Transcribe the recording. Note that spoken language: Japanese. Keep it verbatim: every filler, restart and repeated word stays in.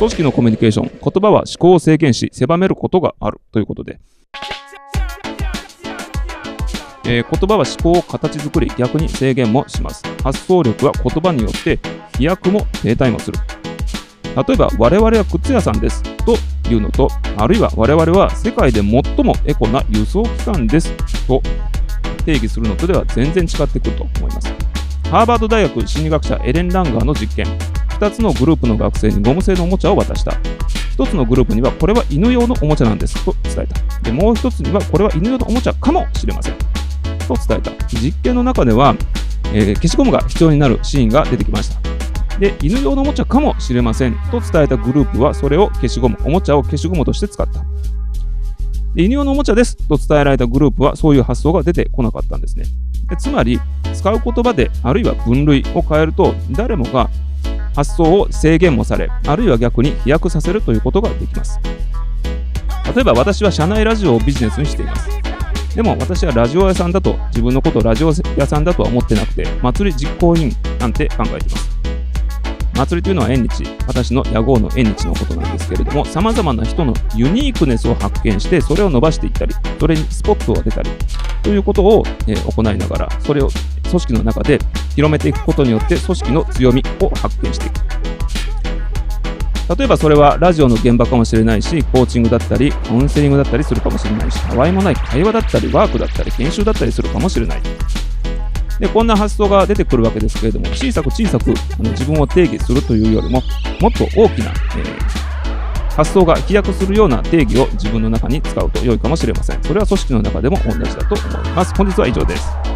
組織のコミュニケーション、言葉は思考を制限し狭めることがあるということで、えー、言葉は思考を形作り逆に制限もします。発想力は言葉によって飛躍も停滞もする。例えば我々は靴屋さんですというのと、あるいは我々は世界で最もエコな輸送機関ですと定義するのとでは全然違ってくると思います。ハーバード大学心理学者エレン・ランガーの実験、ふたつのグループの学生にゴム製のおもちゃを渡した。ひとつのグループにはこれは犬用のおもちゃなんですと伝えた。でもうひとつにはこれは犬用のおもちゃかもしれませんと伝えた。実験の中では、えー、消しゴムが必要になるシーンが出てきました。で、犬用のおもちゃかもしれませんと伝えたグループはそれを消しゴム、おもちゃを消しゴムとして使った。で、犬用のおもちゃですと伝えられたグループはそういう発想が出てこなかったんですね。でつまり、使う言葉であるいは分類を変えると誰もが発想を制限もされ、あるいは逆に飛躍させるということができます。例えば私は社内ラジオをビジネスにしています。でも私はラジオ屋さんだと自分のことをラジオ屋さんだとは思ってなくて、祭り実行委員なんて考えています。祭りというのは縁日、私の屋号の縁日のことなんですけれども、様々な人のユニークネスを発見してそれを伸ばしていったり、それにスポットを当てたりということを、えー、行いながら、それを組織の中で広めていくことによって組織の強みを発見していく。例えばそれはラジオの現場かもしれないし、コーチングだったりカウンセリングだったりするかもしれないし、たわいもない会話だったりワークだったり研修だったりするかもしれない。で、こんな発想が出てくるわけですけれども、小さく小さくあの自分を定義するというよりも、もっと大きな、えー、発想が飛躍するような定義を自分の中に使うと良いかもしれません。それは組織の中でも同じだと思います。本日は以上です。